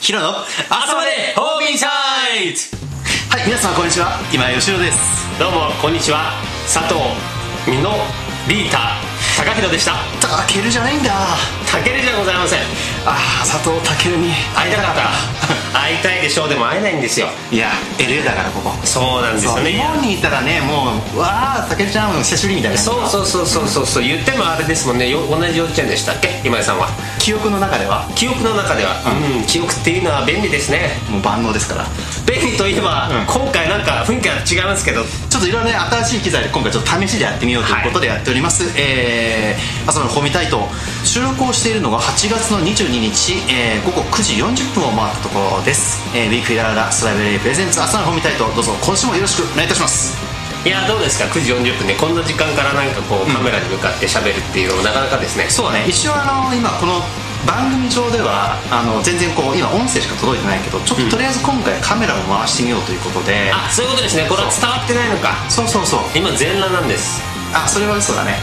ヒロの朝までホーミーサイズ。はい、皆様こんにちは、今吉野です。 どうもこんにちは、佐藤ミノリータ高弘でした。 タケルじゃないんだ。 タケルじゃございません。 佐藤タケルに会いたかった会いたいでしょう。でも会えないんですよ。 いや LA だからここ。 そうなんですよね。 日本にいたらね、もうわータケルちゃん久しぶりみたいな。 そう言ってもあれですもんね。同じ幼稚園でしたっけ、今井さんは。 記憶の中では記憶っていうのは便利ですね。 もう万能ですから。 便利といえば、今回なんか雰囲気が違いますけど、 ちょっといろいろね、新しい機材で今回ちょっと試しでやってみようということでやっております、朝のホーミータイト収録をしているのが8月の22日、午後9時40分を回ったところです。ウィークイララスライブレイプレゼンツ朝のホーミータイト、どうぞ今週もよろしくお願いいたします。 いやどうですか、9時40分でこんな時間からなんかこうカメラに向かって喋るっていうのもなかなかですね。 そうね、一応今この番組上では全然こう今音声しか届いてないけど、ちょっととりあえず今回カメラを回してみようということで、 そういうことですね。これは伝わってないのか。 そう今全裸なんです。 それは嘘だね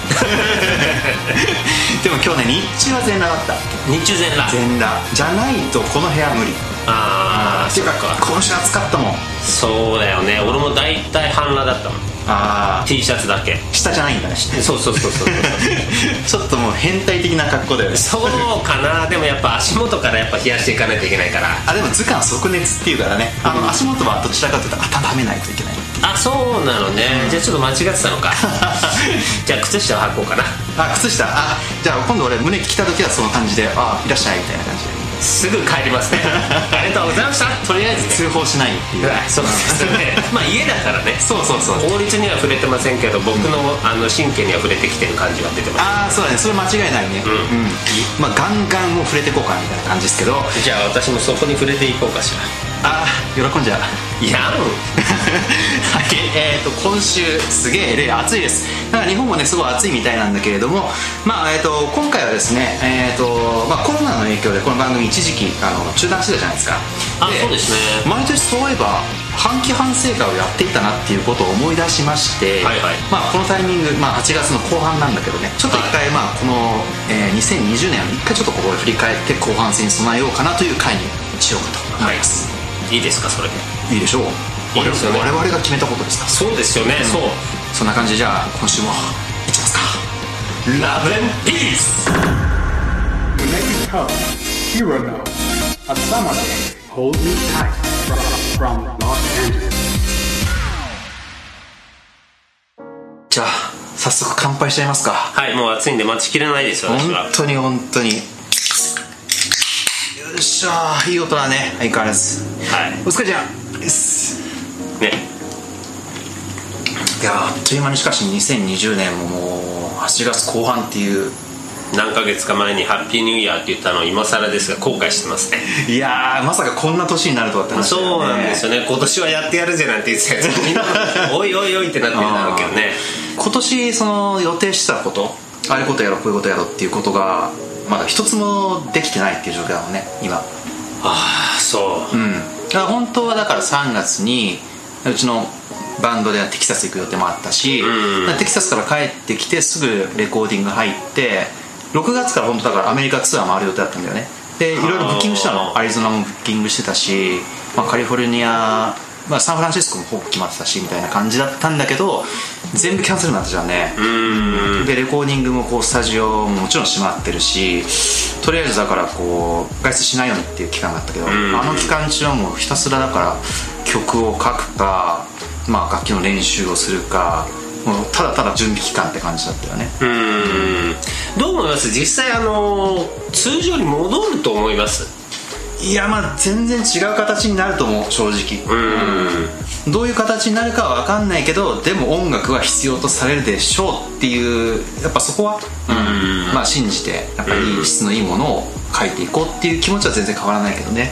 でも今日ね、日中は全裸だった。 日中全裸じゃないとこの部屋無理。っていうか今週暑かったもん。 そうだよね、俺も大体半裸だったもん。T シャツだけ、 下じゃないんだね。 そうちょっともう変態的な格好だよね。 そうかな。でもやっぱ足元からやっぱ冷やしていかないといけないから。 でも図鑑即熱っていうからね、足元はどちらかというと温めないといけない。 そうなのね、じゃあちょっと間違ってたのかじゃあ靴下を履こうかな。 靴下じゃあ今度俺胸着た時はその感じでいらっしゃいみたいな感じですぐ帰りますねありがとうございました。 とりあえず通報しないっていう。 そうですね家だからね。 そう法律には触れてませんけど、僕の神経には触れてきてる感じは出てます。 そうだね、それ間違いないね。ガンガンもう触れていこうかなみたいな感じですけど、 じゃあ私もそこに触れていこうかしら。 喜んじゃうやんはい、今週すげえ暑いです。だから日本もねすごい暑いみたいなんだけれども、今回はですね、コロナの影響でこの番組一時期中断してたじゃないですか。 そうですね。 毎年そういえば半期反省会をやっていたなっていうことを思い出しまして、このタイミング、8月の後半なんだけどね、ちょっと一回、この、2020年を一回ちょっとここで振り返って後半戦に備えようかなという回にしようかと思います。 いいですか、それで。 いいでしょう。 いいですよね。 我々が決めたことですから。 そうですよね。 そんな感じで、じゃあ今週もいきますか。 ラブ&ピース。 Next up, Hirono, Asamade, Hold Me Tight from Los Angeles. じゃあ早速乾杯しちゃいますか。 はい、もう暑いんで待ちきれないです私は。 本当によっしゃー、いい音だね、相変わらず。お疲れちゃんですね。いやあっという間に、しかし2020年ももう8月後半っていう。 何ヶ月か前にハッピーニューイヤーって言ったのを今更ですが後悔してますね。 いやー、まさかこんな年になるとはって話だよね。 そうなんですよね。今年はやってやるぜなんて言ってたやつみんなおいおいおいってなってるんだろうけどね。 今年その予定してたこと、あれことやろこういうことやろっていうことがまだ一つもできてないっていう状況だもんね今。 そう。 だから本当はだから3月にうちのバンドでテキサス行く予定もあったし、テキサスから帰ってきてすぐレコーディング入って6月から本当だからアメリカツアー回る予定だったんだよね。でいろいろブッキングしたの。アリゾナもブッキングしてたし、カリフォルニア、サンフランシスコもほぼ決まってたしみたいな感じだったんだけど、全部キャンセルになったじゃんね。でレコーディングもこうスタジオももちろん閉まってるし、とりあえずだからこう外出しないようにっていう期間があったけど、期間中はもうひたすらだから曲を書くか、楽器の練習をするか、もうただただ準備期間って感じだったよね。 どう思います？実際通常に戻ると思います？ いや全然違う形になると思う、正直。どういう形になるかは分かんないけど、でも音楽は必要とされるでしょうっていう、やっぱそこは信じてやっぱり質のいいものを書いていこうっていう気持ちは全然変わらないけどね。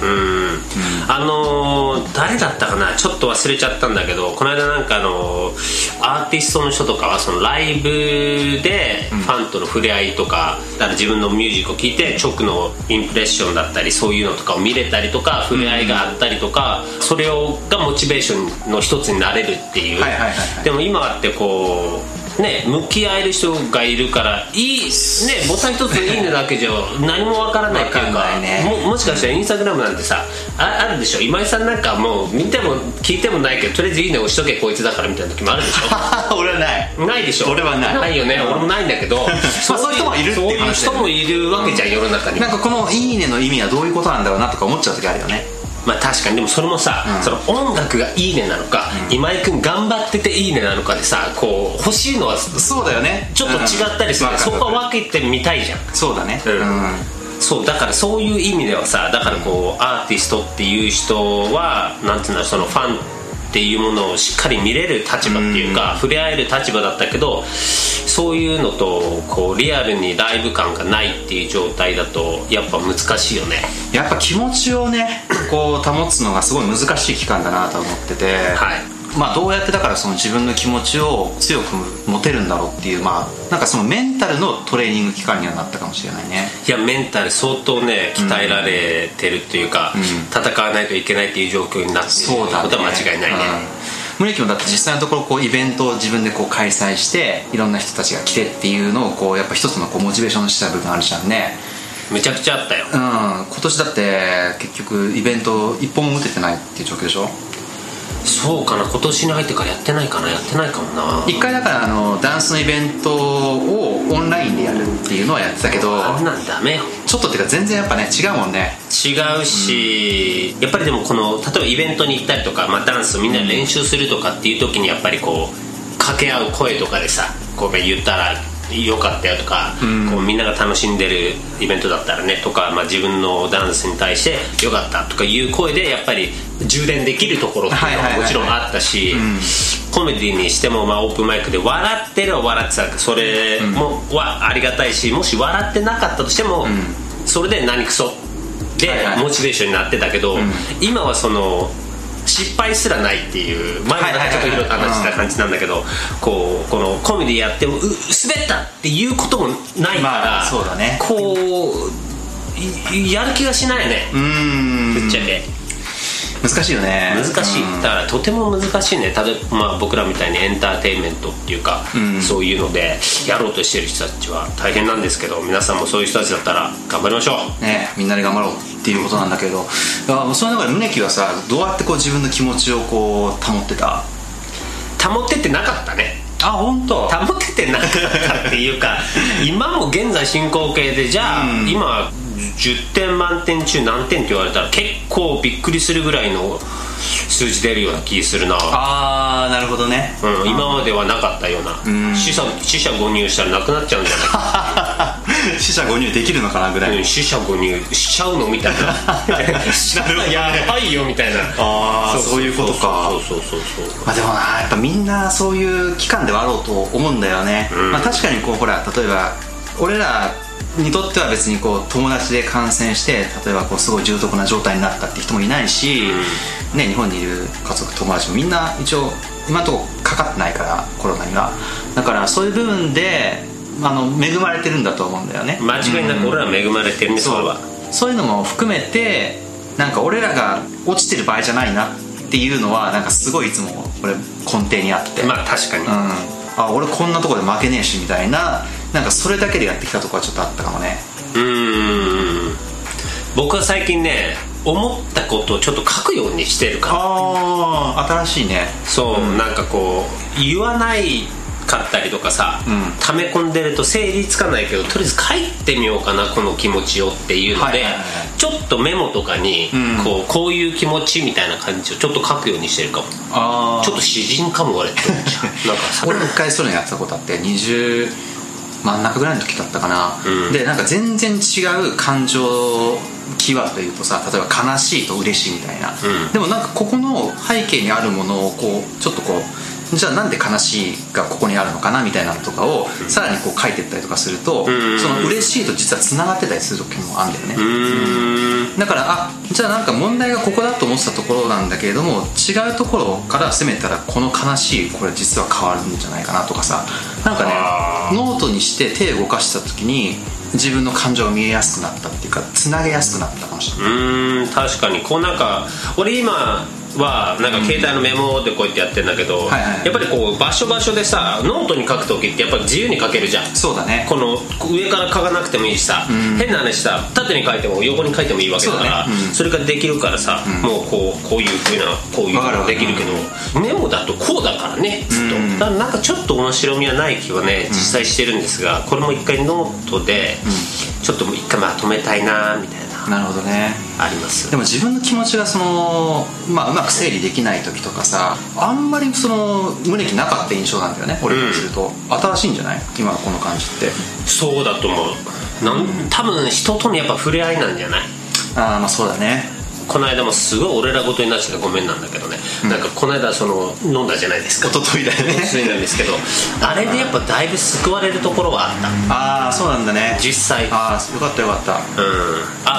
誰だったかな、ちょっと忘れちゃったんだけど、この間なんかアーティストの人とかはそのライブでファンとの触れ合いとか、だから自分のミュージックを聴いて直のインプレッションだったりそういうのとかを見れたりとか、触れ合いがあったりとか、それがモチベーションの一つになれるっていう。でも今ってこうね向き合える人がいるからいいね、ボタン一つのいいねだけじゃ何もわからないっていうか、もしかしたらインスタグラムなんてさあるでしょ。今井さんなんかもう見ても聞いてもないけどとりあえずいいね押しとけこいつだからみたいな時もあるでしょ俺はないでしょ。 俺はないよね、俺もないんだけどそういう人もいるっていう話そういう人もいるわけじゃん、世の中に。 なんかこのいいねの意味はどういうことなんだろうなとか思っちゃう時あるよね。 まあ確かに。でもそれもさ、その音楽がいいねなのか、今井くん頑張ってていいねなのかでさ、こう欲しいのはそうだよね、 ちょっと違ったりする、そこは分けてみたいじゃん。 そうだね、 そうだからそういう意味ではさ、だからこうアーティストっていう人はなんていうの、そのファンっていうものをしっかり見れる立場っていうか、触れ合える立場だったけど、そういうのとこうリアルにライブ感がないっていう状態だとやっぱ難しいよね。 やっぱ気持ちをねこう保つのがすごい難しい期間だなと思ってて、 はい、 まあどうやってだからその自分の気持ちを強く持てるんだろうっていう、まあなんかそのメンタルのトレーニング期間にはなったかもしれないね。 いやメンタル相当ね鍛えられてるっていうか、戦わないといけないっていう状況になっていることは間違いないね。 宗木もだって実際のところこうイベントを自分でこう開催していろんな人たちが来てっていうのをこうやっぱ一つのこうモチベーションした部分あるじゃんね。 めちゃくちゃあったよ。 今年だって結局イベント一本も打ててないっていう状況でしょ。 そうかな、今年に入ってからやってないかもな。 一回だからダンスのイベントをオンラインでやるっていうのはやってたけど、 あんなんダメよ。 ちょっとっていうか全然やっぱね違うもんね。 違うし、やっぱりでもこの例えばイベントに行ったりとか、まあ、ダンスみんなで練習するとかっていう時にやっぱりこう掛け合う声とかでさ、こう言ったらよかったよとか、こうみんなが楽しんでるイベントだったらねとか、まあ、自分のダンスに対してよかったとかいう声でやっぱり充電できるところっていうのはもちろんあったし、コメディにしてもまあオープンマイクで笑ってるは笑ってた、それもはありがたいし、もし笑ってなかったとしても、それで何クソでモチベーションになってたけど、今はその失敗すらないっていう、前もちょっといろいろ話した感じなんだけど、このコメディやっても滑ったっていうこともないから、 そうだね、 こうやる気がしないよね。ぶっちゃけ難しいよね。 難しい、だからとても難しいね。例えば、まあ、僕らみたいにエンターテインメントっていうか、そういうのでやろうとしてる人たちは大変なんですけど、皆さんもそういう人たちだったら頑張りましょうね。みんなで頑張ろうっていうことなんだけど、その中で宗木はさ、どうやってこう自分の気持ちをこう保ってた？ 保っててなかったね。 あ、本当。 保ててなかったっていうか今も現在進行形で、じゃあ、今10点満点中何点って言われたら結構びっくりするぐらいの数字出るような気するな。 あー、なるほどね、 今まではなかったような、死者誤入したらなくなっちゃうんじゃないか死者誤入できるのかなぐらい、 死者誤入しちゃうのみたいなやばいよみたいな。 ああ、そういうことか。 そうまあでもな、やっぱみんなそういう期間ではあろうと思うんだよね。まあ確かにこうほら、例えば俺らにとっては別にこう友達で感染して例えばこうすごい重篤な状態になったって人もいないし、ね、日本にいる家族友達もみんな一応今のところかかってないから、コロナには。だからそういう部分で恵まれてるんだと思うんだよね。 間違いなく俺ら恵まれてるね。 そういうのも含めて、なんか俺らが落ちてる場合じゃないなっていうのはなんかすごいいつも俺根底にあって、 まあ確かに、 あ、俺こんなとこで負けねえしみたいな、なんかそれだけでやってきたとこはちょっとあったかもね。 僕は最近ね、思ったことをちょっと書くようにしてるから。 ああ、新しいね。 そう、なんかこう言わないかったりとかさ、溜め込んでると整理つかないけど、とりあえず書いてみようかなこの気持ちをっていうので、ちょっとメモとかにこういう気持ちみたいな感じをちょっと書くようにしてるかも。ちょっと詩人かも俺って思っちゃうなんかさ、 俺も一回そういうのやってたことあって、20真ん中ぐらいの時だったかな、でなんか全然違う感情キーワードで言うとさ、例えば悲しいと嬉しいみたいな、でもなんかここの背景にあるものをこうちょっとこう、じゃあなんで悲しいがここにあるのかなみたいなのとかをさらにこう書いていったりとかすると、その嬉しいと実はつながってたりする時もあるんだよね。だからじゃあなんか問題がここだと思ってたところなんだけれども、違うところから攻めたらこの悲しいこれ実は変わるんじゃないかなとかさ、なんかね、ノートにして手を動かした時に自分の感情が見えやすくなったっていうか、つなげやすくなったかもしれない。 確かにこうなんか俺今はなんか携帯のメモでこうやってやってるんだけど、 はいはい、 やっぱりこう場所場所でさノートに書く時ってやっぱり自由に書けるじゃん。 そうだね。 この上から書かなくてもいいしさ、変な話さ縦に書いても横に書いてもいいわけだから それができるからさ、もうこういう風なこういうのができるけど、メモだとこうだからねずっと、だからなんかちょっと面白みはない気はね実際してるんですが、これも一回ノートでちょっと一回まとめたいなみたいな。 なるほどね。 あります。 でも自分の気持ちがうまく整理できない時とかさ、あんまり無理なかった印象なんだよね、俺からすると。新しいんじゃない？今のこの感じって。 そうだと思う。多分人とのやっぱ触れ合いなんじゃない？ まあそうだね。 この間もすごい俺らごとになっちゃってごめんなんだけどね、なんかこの間飲んだじゃないですか。 一昨日だよね。 一昨日なんですけどあれでやっぱだいぶ救われるところはあった。 そうなんだね。 実際よかったよかった。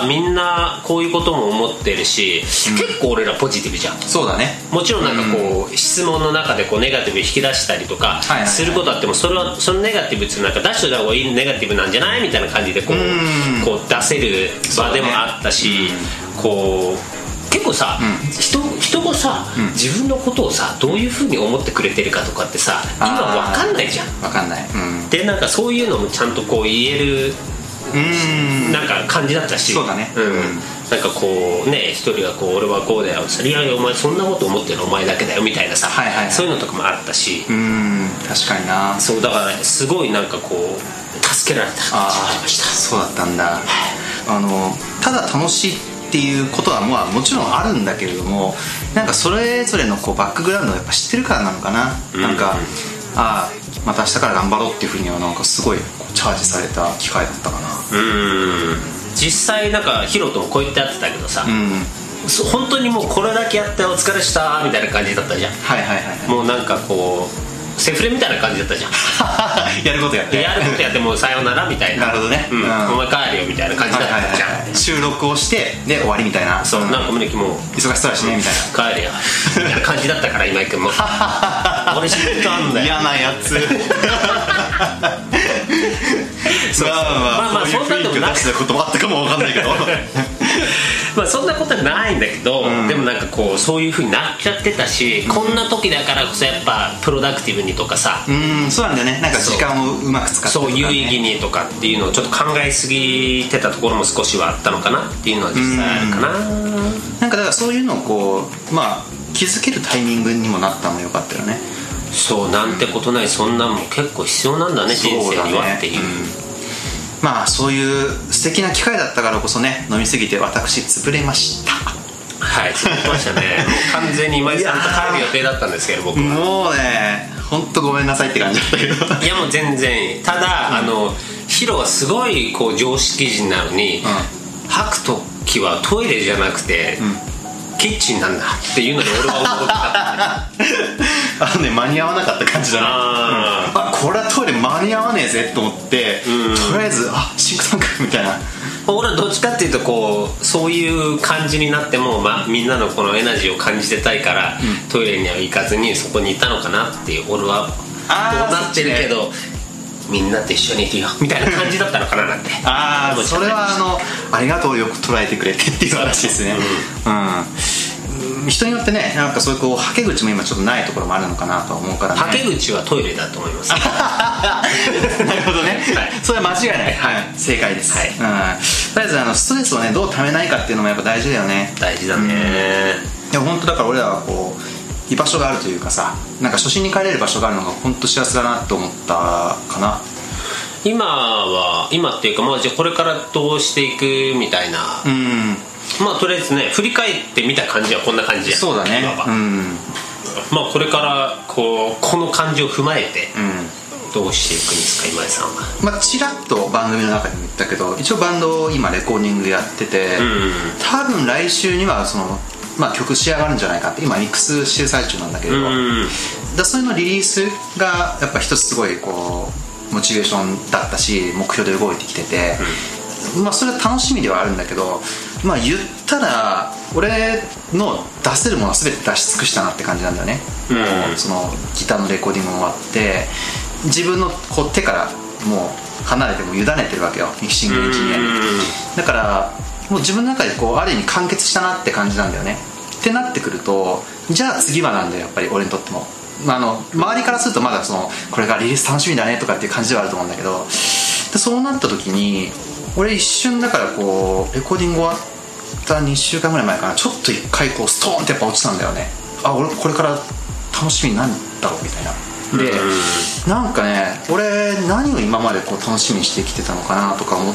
みんなこういうことも思ってるし、結構俺らポジティブじゃん。 そうだね。 もちろんなんかこう、質問の中でこうネガティブ引き出したりとかすることあっても、それはそのネガティブってなんか出しといた方がいいネガティブなんじゃないみたいな感じでこう出せる場でもあったし、こう結構さ、人がさ、自分のことをさどういう風に思ってくれてるかとかってさ今分かんないじゃん。 分かんない、 でなんかそういうのもちゃんとこう言えるなんか感じだったし。 そうだね。 なんかこうね、一人がこう俺はこうだよ、いやいやお前そんなこと思ってるお前だけだよみたいなさ、そういうのとかもあったし。 確かにな。 そうだから、ね、すごいなんかこう助けられた感じがありました。 そうだったんだ。ただ楽しいっていうことはもちろんあるんだけれども、なんかそれぞれのこうバックグラウンドをやっぱ知ってるからなのかな。なんかまた明日から頑張ろうっていうふうにはなんかすごいチャージされた機会だったかな。 実際なんかヒロともこう言ってやってたけどさ、本当にもうこれだけやってお疲れしたみたいな感じだったじゃん。もうなんかこうセフレみたいな感じだったじゃん。 やることやってもうさようならみたいな。 なるほどね。 お前帰るよみたいな感じだったじゃん。 収録をしてで終わりみたいな。 そうなんか胸キも忙しそうだしねみたいな。 帰るよみたいな感じだったから今井君も俺知ったんだよ。 嫌なやつ。 まあそんなでもない。 出したこともあったかも分かんないけど。 まあそんなことはないんだけど、でもなんかこうそういう風になっちゃってたし、こんな時だからこそやっぱプロダクティブにとかさ、 そうなんだよね。なんか時間をうまく使ってとか、ね、 そう有意義にとかっていうのをちょっと考えすぎてたところも少しはあったのかなっていうのは実際あるかな。 なんかだからそういうのをこう気づけるタイミングにもなったのよかったよね。 そうなんてことない、そんなんも結構必要なんだね、人生にはっていう。 そういう素敵な機会だったからこそね、飲みすぎて私潰れました。 はい潰れましたね。もう完全に今井さんと帰る予定だったんですけど僕はもうね本当ごめんなさいって感じだったけど。 いやもう全然いい。ただ、ヒロはすごいこう常識人なのに、吐く時はトイレじゃなくて、キッチンなんだっていうので俺は驚いた。 間に合わなかった感じだな。これはトイレ間に合わねえぜと思って、とりあえずシンクタンクみたいな。 俺はどっちかっていうとこうそういう感じになっても、みんなのこのエナジーを感じてたいから、トイレには行かずにそこにいたのかなっていう。俺はこうなってるけど、みんなと一緒にいるよみたいな感じだったのかななんて。 それはありがとうよく捉えてくれてっていう話ですね。人によってね、なんかそういうこうはけ口も今ちょっとないところもあるのかなと思うからね。 はけ口はトイレだと思います。 なるほどね。それは間違いない。正解です。とりあえずストレスをねどうためないかっていうのもやっぱ大事だよね。 大事だね。 でも本当だから俺らはこう居場所があるというかさ、なんか初心に帰れる場所があるのが本当幸せだなと思ったかな。 今っていうか、じゃあこれからどうしていくみたいな。とりあえずね振り返ってみた感じはこんな感じや。 そうだね。 これからこの感じを踏まえてどうしていくんですか今井さんは。 ちらっと番組の中でも言ったけど、一応バンドを今レコーディングやってて、多分来週には曲仕上がるんじゃないかって。今ミックスしてる最中なんだけれど、それのリリースがやっぱ一つすごいこうモチベーションだったし、目標で動いてきてて、それは楽しみではあるんだけど、言ったら俺の出せるものは全て出し尽くしたなって感じなんだよね。もうそのギターのレコーディングも終わって自分のこう手からもう離れても委ねてるわけよ、ミキシングエンジニアに。だからもう自分の中でこうある意味完結したなって感じなんだよね。 ってなってくると、じゃあ次はなんだよやっぱり俺にとっても、周りからするとまだこれがリリース楽しみだねとかっていう感じではあると思うんだけど、でそうなった時に俺一瞬だからレコーディング終わった2週間ぐらい前かな、ちょっと一回ストーンってやっぱ落ちたんだよね。俺これから楽しみになんだろうみたいな。でなんかね、俺何を今まで楽しみにしてきてたのかなとか思って、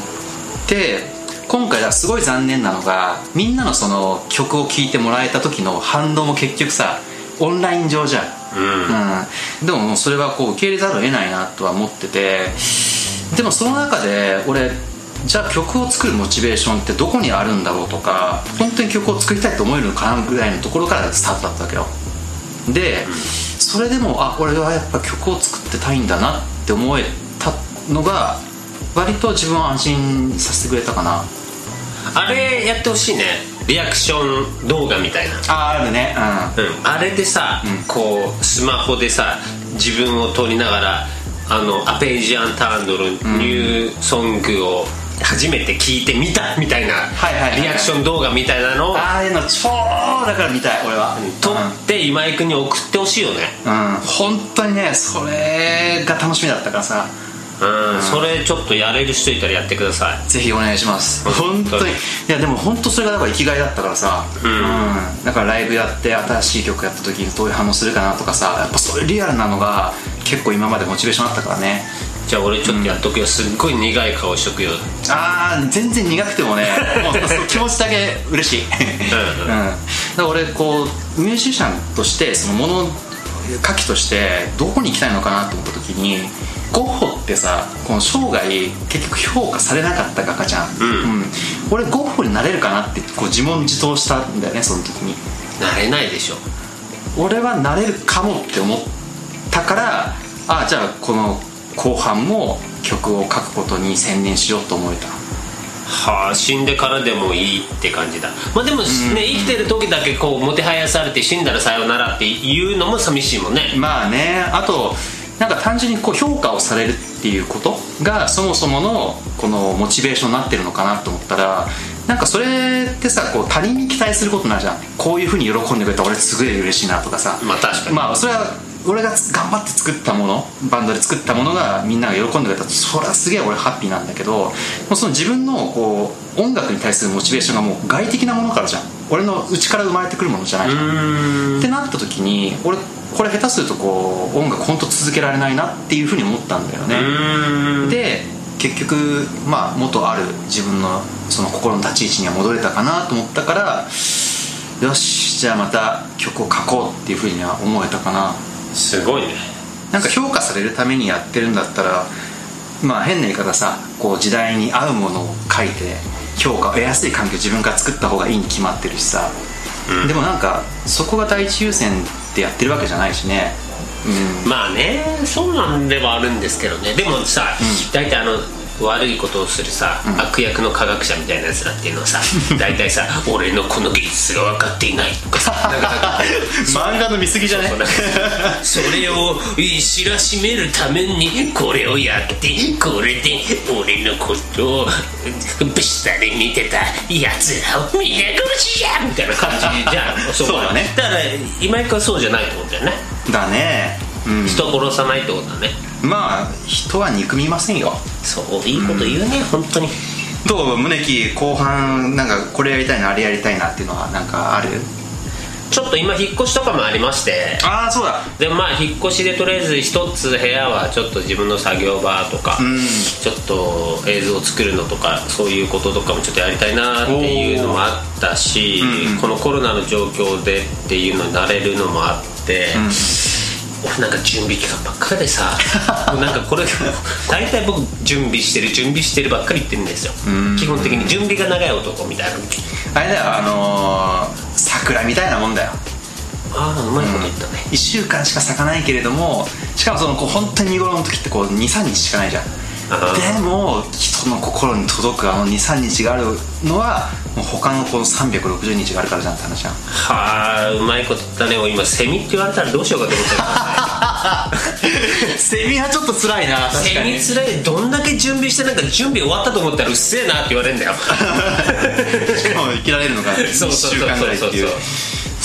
今回はすごい残念なのが、みんなのその曲を聴いてもらえた時の反応も結局さオンライン上じゃん、でももうそれは受け入れざるを得ないなとは思ってて、でもその中で俺じゃあ曲を作るモチベーションってどこにあるんだろうとか、本当に曲を作りたいと思えるのかなぐらいのところからスタートだったわけよ。でそれでも俺はやっぱ曲を作ってたいんだなって思えたのが割と自分を安心させてくれたかな。 あれやってほしいね、リアクション動画みたいな。 あるね、 あれでさ、スマホでさ自分を撮りながらアページ・アンターンドのニューソングを初めて聞いてみたみたいなリアクション動画みたいなのをああいうの超だから見たい俺は。 撮って今井君に送ってほしいよね。 本当にねそれが楽しみだったからさ、 それちょっとやれる人いたらやってください。 ぜひお願いします。本当にいやでも本当それがだから生きがいだったからさ、だからライブやって新しい曲やった時にどういう反応するかなとかさ、やっぱそういうリアルなのが結構今までモチベーションあったからね。 じゃあ俺ちょっとやっとくよ、すっごい苦い顔しとくよ。 全然苦くてもねもうその気持ちだけ嬉しいだから俺ミュージシャンとしてその歌手としてどこに行きたいのかなと思った時に、ゴッホってさこの生涯結局評価されなかった画家じゃん、俺ゴッホになれるかなって自問自答したんだよね。その時になれないでしょ。 俺はなれるかもって思ったから、じゃあこの後半も曲を書くことに専念しようと思えた。 死んでからでもいいって感じだ。でもね、生きてる時だけもてはやされて死んだらさよならっていうのも寂しいもんね。 あとなんか単純に評価をされるっていうことがそもそものこのモチベーションになってるのかなと思ったら、なんかそれってさ他人に期待することになるじゃん。こういう風に喜んでくれたら俺すごい嬉しいなとかさ、 確かにそれは俺が頑張って作ったもの、バンドで作ったものがみんなが喜んでくれたらそれはすげえ俺ハッピーなんだけど、もうその自分の音楽に対するモチベーションがもう外的なものからじゃん。俺の内から生まれてくるものじゃないじゃん。ってなった時に俺これ下手すると音楽本当続けられないなっていうふうに思ったんだよね。で結局元ある自分のその心の立ち位置には戻れたかなと思ったから、よしじゃあまた曲を書こうっていうふうには思えたかな。 すごいね。 なんか評価されるためにやってるんだったら変な言い方さ時代に合うものを書いて評価を得やすい環境を自分が作った方がいいに決まってるしさ、でもなんかそこが第一優先ってやってるわけじゃないしね。 そうなんではあるんですけどね。でもさ、大体悪いことをするさ、悪役の科学者みたいなやつらっていうのはさ大体さ俺のこの技術が分かっていないとかさ漫画の見過ぎじゃねそれを知らしめるためにこれをやってこれで俺のことをベシタで見てたやつらを皆殺しやみたいな感じじゃんそうだね。 だから今井君はそうじゃないってことだよね。 だね、 人殺さないってことだね。 人は憎みませんよ。 そういいこと言うね、本当に。 どう宗木後半なんかこれやりたいなあれやりたいなっていうのはなんかある？ ちょっと今引っ越しとかもありまして、 そうだ。 で引っ越しでとりあえず一つ部屋はちょっと自分の作業場とか、ちょっと映像を作るのとかそういうこととかもちょっとやりたいなっていうのもあったし、このコロナの状況でっていうのになれるのもあって、なんか準備期間ばっかりでさなんかこれ大体僕準備してるばっかり言ってるんですよ。基本的に準備が長い男みたいな。 あれだよ桜みたいなもんだよ。 うまいこと言ったね。 1週間しか咲かないけれども、しかもその本当に見頃の時って2,3日しかないじゃん。でも人の心に届く2,3日があるのはもう他の360日があるからじゃんって話じゃん。 うまいこと言ったね。今セミって言われたらどうしようかと思ったセミはちょっと辛いな。 セミ辛い。どんだけ準備してなんか準備終わったと思ったらうっせえなって言われるんだよしかも生きられるのが1週間ぐらいっていう。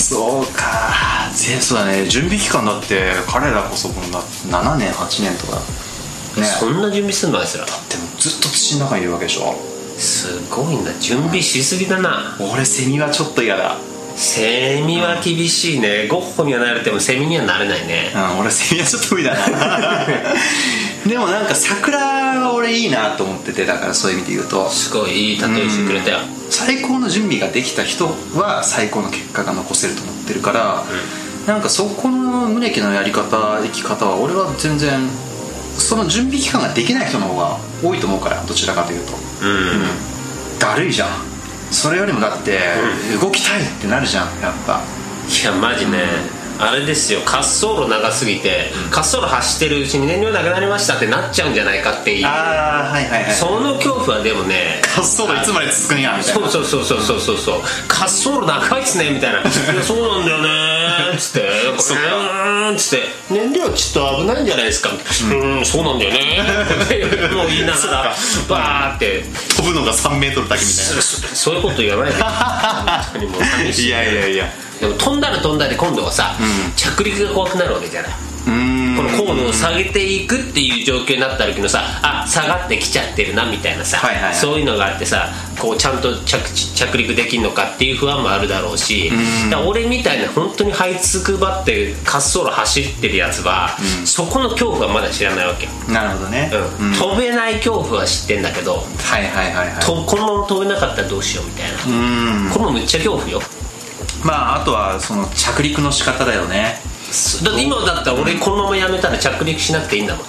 そうか。そうだね、準備期間だって彼らこそこんな7年8年とかね。 そんな準備すんのあいつら。 でもずっと土の中にいるわけでしょ。 すごいな、準備しすぎだな。 俺セミはちょっと嫌だ。 セミは厳しいね。ゴッホにはなれてもセミにはなれないね。 俺セミはちょっと無理だなでもなんか桜は俺いいなと思ってて、だからそういう意味で言うとすごいいい例えしてくれたよ。 最高の準備ができた人は最高の結果が残せると思ってるから、なんかそこの宗家のやり方生き方は俺は全然その準備期間ができない人の方が多いと思うから、どちらかというとだるいじゃん。それよりもだって動きたいってなるじゃん、やっぱ。 いやマジね、あれですよ、滑走路長すぎて、滑走路走ってるうちに燃料なくなりましたってなっちゃうんじゃないかっていう。 ああはいはいはい。 その恐怖はでもね、 滑走路いつまで続くんやみたいな。 そう滑走路長いっすねみたいな。いやそうなんだよねーっつってつって燃料ちょっと危ないんじゃないですか。そうなんだよねってもう言いながらバーって飛ぶのが3メートルだけみたいな。 そういうこと言わないで本当にもう寂しい。 いやでも飛んだら今度はさ、着陸が怖くなるわけじゃない。この高度を下げていくっていう状況になった時のさ、下がってきちゃってるなみたいなさ、そういうのがあってさ、こうちゃんと着陸できるのかっていう不安もあるだろうし、だから俺みたいな本当に這いつくばって滑走路走ってるやつは、そこの恐怖はまだ知らないわけ。 なるほどね、 飛べない恐怖は知ってんだけど、このまま飛べなかったらどうしようみたいな、これもめっちゃ恐怖よ。 まああとはその着陸の仕方だよね。 だって今だったら俺このままやめたら着陸しなくていいんだもん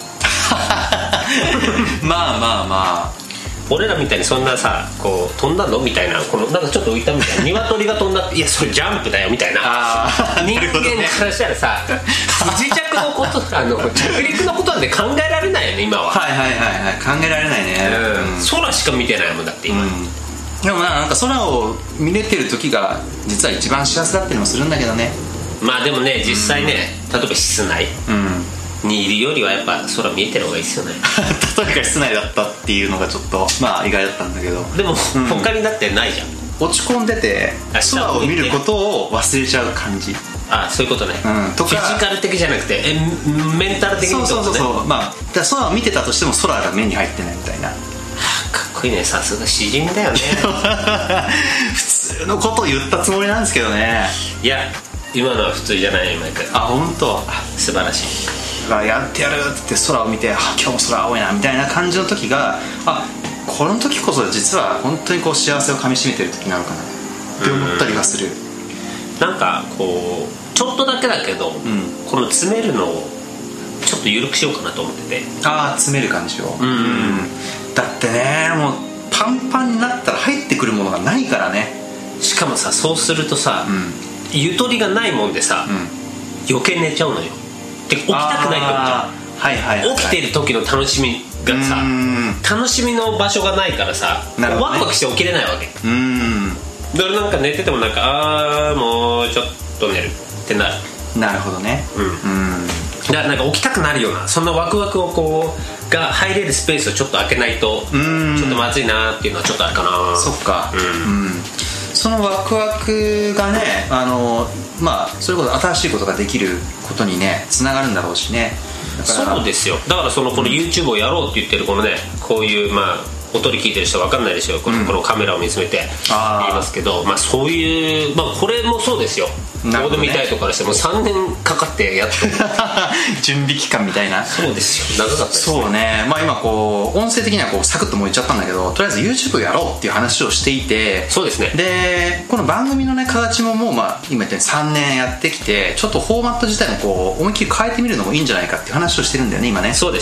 まあ俺らみたいにそんなさ、こう飛んだのみたいな、このなんかちょっと浮いたみたいな鶏が飛んだって、いやそれジャンプだよみたいな人間からしたらさ、不時着のこと着陸のことなんて考えられないよね今は。 考えられないね、 空しか見てないもんだって今、 でもなんか空を見れてる時が実は一番幸せだったりもするんだけどね。 まあでもね実際ね、例えば室内にいるよりはやっぱ空見えてる方がいいですよね例えば室内だったっていうのがちょっとまあ意外だったんだけど、 でも他にだってないじゃん、 落ち込んでて空を見ることを忘れちゃう感じ。 そういうことね、 とかフィジカル的じゃなくてメンタル的にってことね。 そうまあだ空を見てたとしても空が目に入ってないみたいな。 かっこいいね、さすが詩人だよね普通のことを言ったつもりなんですけどね。 いや今のは普通じゃないよマイク。 本当。 素晴らしい。 やってやるって空を見て、今日も空青いなみたいな感じの時が、この時こそ実は本当にこう幸せをかみしめてる時なのかなって思ったりはする。 なんかこうちょっとだけだけど、この詰めるのをちょっと緩くしようかなと思ってて。 詰める感じを、だってね、もうパンパンになったら入ってくるものがないからね。 しかもさ、そうするとさ、ゆとりがないもんでさ、余計寝ちゃうのよ。で起きたくないって思っちゃう。起きてる時の楽しみがさ、楽しみの場所がないからさ、ワクワクして起きれないわけ。だからなんか寝ててもなんかもうちょっと寝るってなる。 なるほどね。 だからなんか起きたくなるような、そんなワクワクをこうが入れるスペースをちょっと開けないとちょっとまずいなっていうのはちょっとあるかな。 そっか。そのワクワクがね、まあそれこそ新しいことができることにねつながるんだろうしね。 そうですよ。だからこの YouTube をやろうって言ってるこのね、こういう音で聞いてる人は分かんないでしょう、このカメラを見つめて言いますけど、そういう、これもそうですよ。ボード見たいとかしても3年かかってやっと準備期間みたいな。 そうですよ、長かったですね。そうね、 今こう音声的にはこうサクッともう言っちゃったんだけど、とりあえず YouTube をやろうっていう話をしていて。 そうですね。 でこの番組のね形ももう今言ったように3年やってきて、ちょっとフォーマット自体もこう思いっきり変えてみるのもいいんじゃないかっていう話をしてるんだよね今ね。 そうです。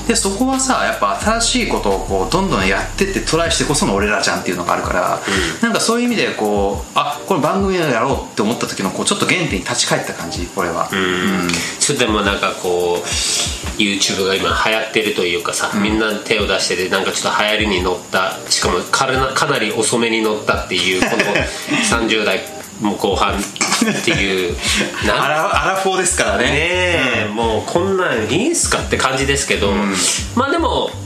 でそこはさ、やっぱ新しいことをこうどんどんやってってトライしてこその俺らじゃんっていうのがあるから、なんかそういう意味でこうこの番組をやろうって思った時のこうちょっと原点に立ち返った感じ、これは。 ちょっとでもなんかこう YouTube が今流行ってるというかさ、みんな手を出してて、なんかちょっと流行りに乗った、しかもかなり遅めに乗ったっていうこの30代もう後半っていうアラフォーですからね。 もうこんなんいいんすかって感じですけど、でも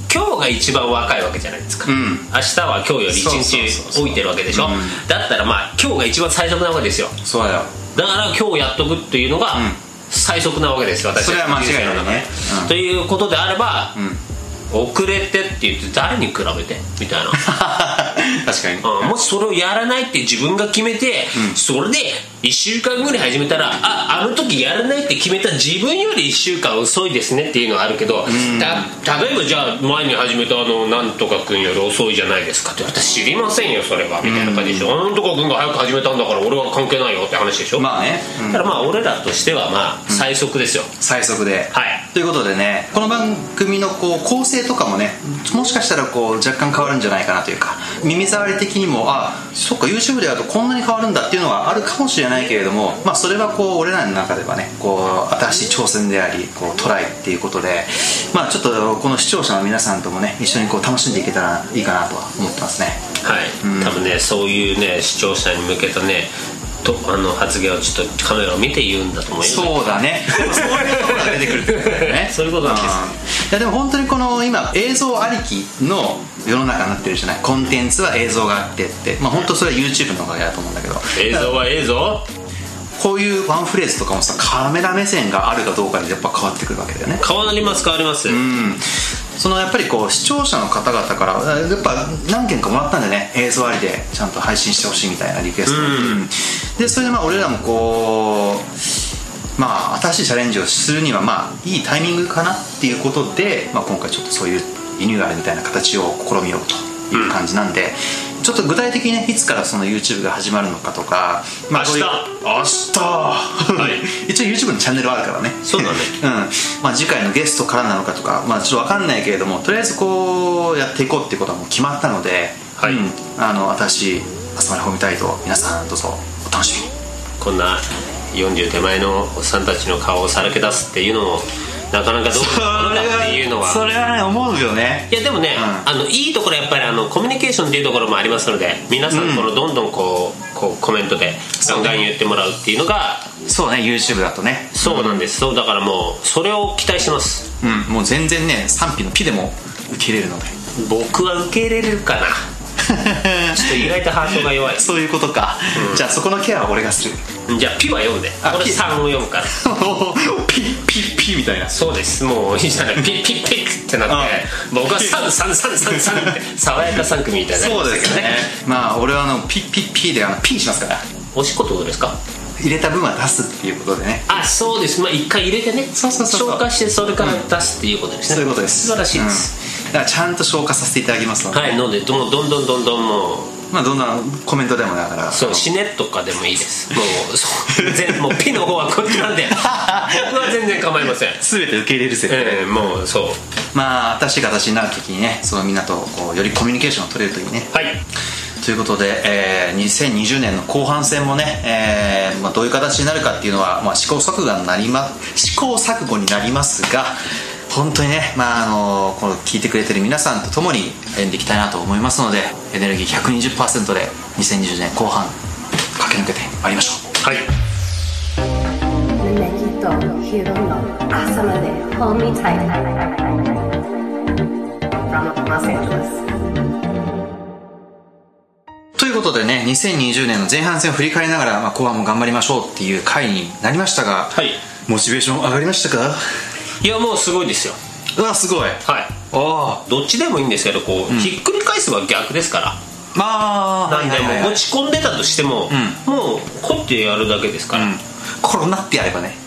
今日が一番若いわけじゃないですか、明日は今日より1日置いてるわけでしょ、だったらまあ今日が一番最速なわけですよ。 そうだよ。 だから今日やっとくっていうのが最速なわけですよ、私それは間違いないね、 ということであれば、遅れてって言って誰に比べてみたいな確かに、 もしそれをやらないって自分が決めて、それで1週間後に始めたら、あの時やらないって決めた自分より1週間遅いですねっていうのはあるけど、例えばじゃあ前に始めたなんとか君より遅いじゃないですかって私知りませんよそれはみたいな感じでしょ、なんとか君が早く始めたんだから俺は関係ないよって話でしょ。 まあね、 だからまあ俺らとしてはまあ最速ですよ、 最速で、 はい、 ということでね、この番組のこう構成とかもね、もしかしたらこう若干変わるんじゃないかなというか、耳障り的にもそっか YouTube でやるとこんなに変わるんだっていうのはあるかもしれないけれども、まあそれはこう俺らの中ではね、こう新しい挑戦でありこうトライっていうことで、まあちょっとこの視聴者の皆さんともね一緒にこう楽しんでいけたらいいかなとは思ってますね。 はい、多分ねそういうね視聴者に向けたね発言をちょっとカメラを見て言うんだと思うよ。 そうだねそういうところが出てくるってことだよねそういうことなんです。 いやでも本当にこの今映像ありきの世の中になってるじゃない。コンテンツは映像があってって、まあ本当それは YouTube のおかげだと思うんだけど、 映像は映像、 こういうワンフレーズとかもさ、カメラ目線があるかどうかでやっぱ変わってくるわけだよね。 変わります。 そのやっぱりこう視聴者の方々からやっぱ何件かもらったんでね、映像ありでちゃんと配信してほしいみたいなリクエスト、でそれでまあ俺らもこうまあ新しいチャレンジをするにはまあいいタイミングかなっていうことで、まあ、今回ちょっとそういうリニューアルみたいな形を試みようという感じなんで、ちょっと具体的にねいつからその YouTube が始まるのかとか、まあ、明日はい、一応 YouTube のチャンネルはあるからね。 そうだねまあ、次回のゲストからなのかとか、まあ、ちょっと分かんないけれども、とりあえずこうやっていこうっていうことはもう決まったので、 はい、 新しい集まりホームタイト皆さんどうぞお楽しみに。 こんな40手前のおっさんたちの顔をさらけ出すっていうのもなかなかどうなのかっていうのはそれはね思うよね。 いやでもね、いいところやっぱりコミュニケーションっていうところもありますので、皆さんこのどんどんこうコメントでガンガン言ってもらうっていうのがそうね YouTube だとね。 そうなんです、そうだからもうそれを期待してます。 もう全然ね賛否のピでも受け入れるので。 僕は受け入れれるかなちょっと意外とハートが弱いそういうことか、じゃあそこのケアは俺がする。 じゃあピは読んで、俺3を読むからピみたいな。 そうです、もういいじゃないピってなって、僕は3って爽やか3組みたいな。 そうですね。まあ俺はピでピしますから。 おしっことどうですか。 入れた分は出すっていうことでね。 そうです、まあ一回入れてね、 そう消化してそれから出すっていうことですね。 そういうことです。 素晴らしいです、 だからちゃんと消化させていただきますので、 はい、のでどんどんもうまあどんなコメントでもだから死ねとかでもいいです。もうピの方はこっちなんで僕は全然構いません。 全て受け入れるぜ、 もうそうまあ新しい形になる時にね、そのみんなとこうよりコミュニケーションを取れるといいね。 はい、 ということで、2020年の後半戦もね、まあ、どういう形になるかっていうのは、まあ、試行錯誤になりますが、本当にね、まあこの聞いてくれてる皆さんと共に歩んでいきたいなと思いますので、エネルギー 120% で2020年後半駆け抜けてまいりましょう。 はい。 ということでね、2020年の前半戦を振り返りながら、まあ、後半も頑張りましょうっていう回になりましたが、 はい、 モチベーション上がりましたか？ いやもうすごいですよ。 すごい。はい。 どっちでもいいんですけど、ひっくり返せば逆ですから。まあなんでも持ち込んでたとしても、もうこうってやるだけですから。 コロナってやればね。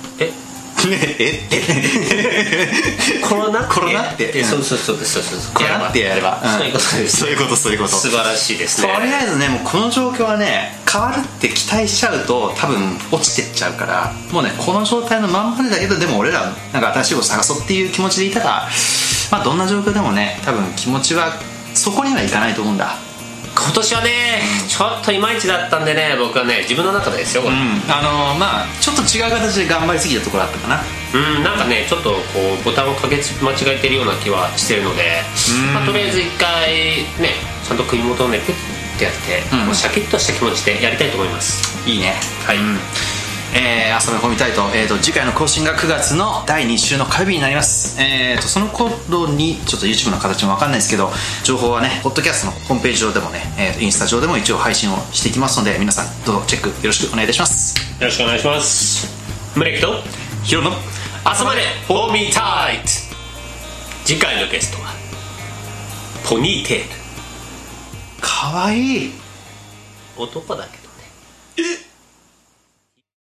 コロナってそうコロナってやれば、 そういうことです。 そういうこと素晴らしいですね。 とりあえずね、もうこの状況はね変わるって期待しちゃうと多分落ちてっちゃうから、もうねこの状態のまんまでだけど、でも俺らなんか新しいこと探そうっていう気持ちでいたら、まあどんな状況でもね多分気持ちはそこにはいかないと思うんだ。 今年はね、ちょっといまいちだったんでね、僕はね自分の中でですよ、これ。 まあちょっと違う形で頑張りすぎたところあったかな。 なんかねちょっとこうボタンをかけ間違えてるような気はしてるので、まあ、とりあえず一回ねちゃんと首元をねピッてやって、もうシャキッとした気持ちでやりたいと思います。 いいね。 はい。 朝のホーミタイト、次回の更新が9月の第2週の火曜日になります。その頃にちょっと YouTube の形も分かんないですけど、情報はねポッドキャストのホームページ上でもね、インスタ上でも一応配信をしていきますので、皆さんどうぞチェックよろしくお願いいたします。 よろしくお願いします。宗木とヒロの朝までホーミータイト。次回のゲストはポニーテール。 かわいい男だけどね。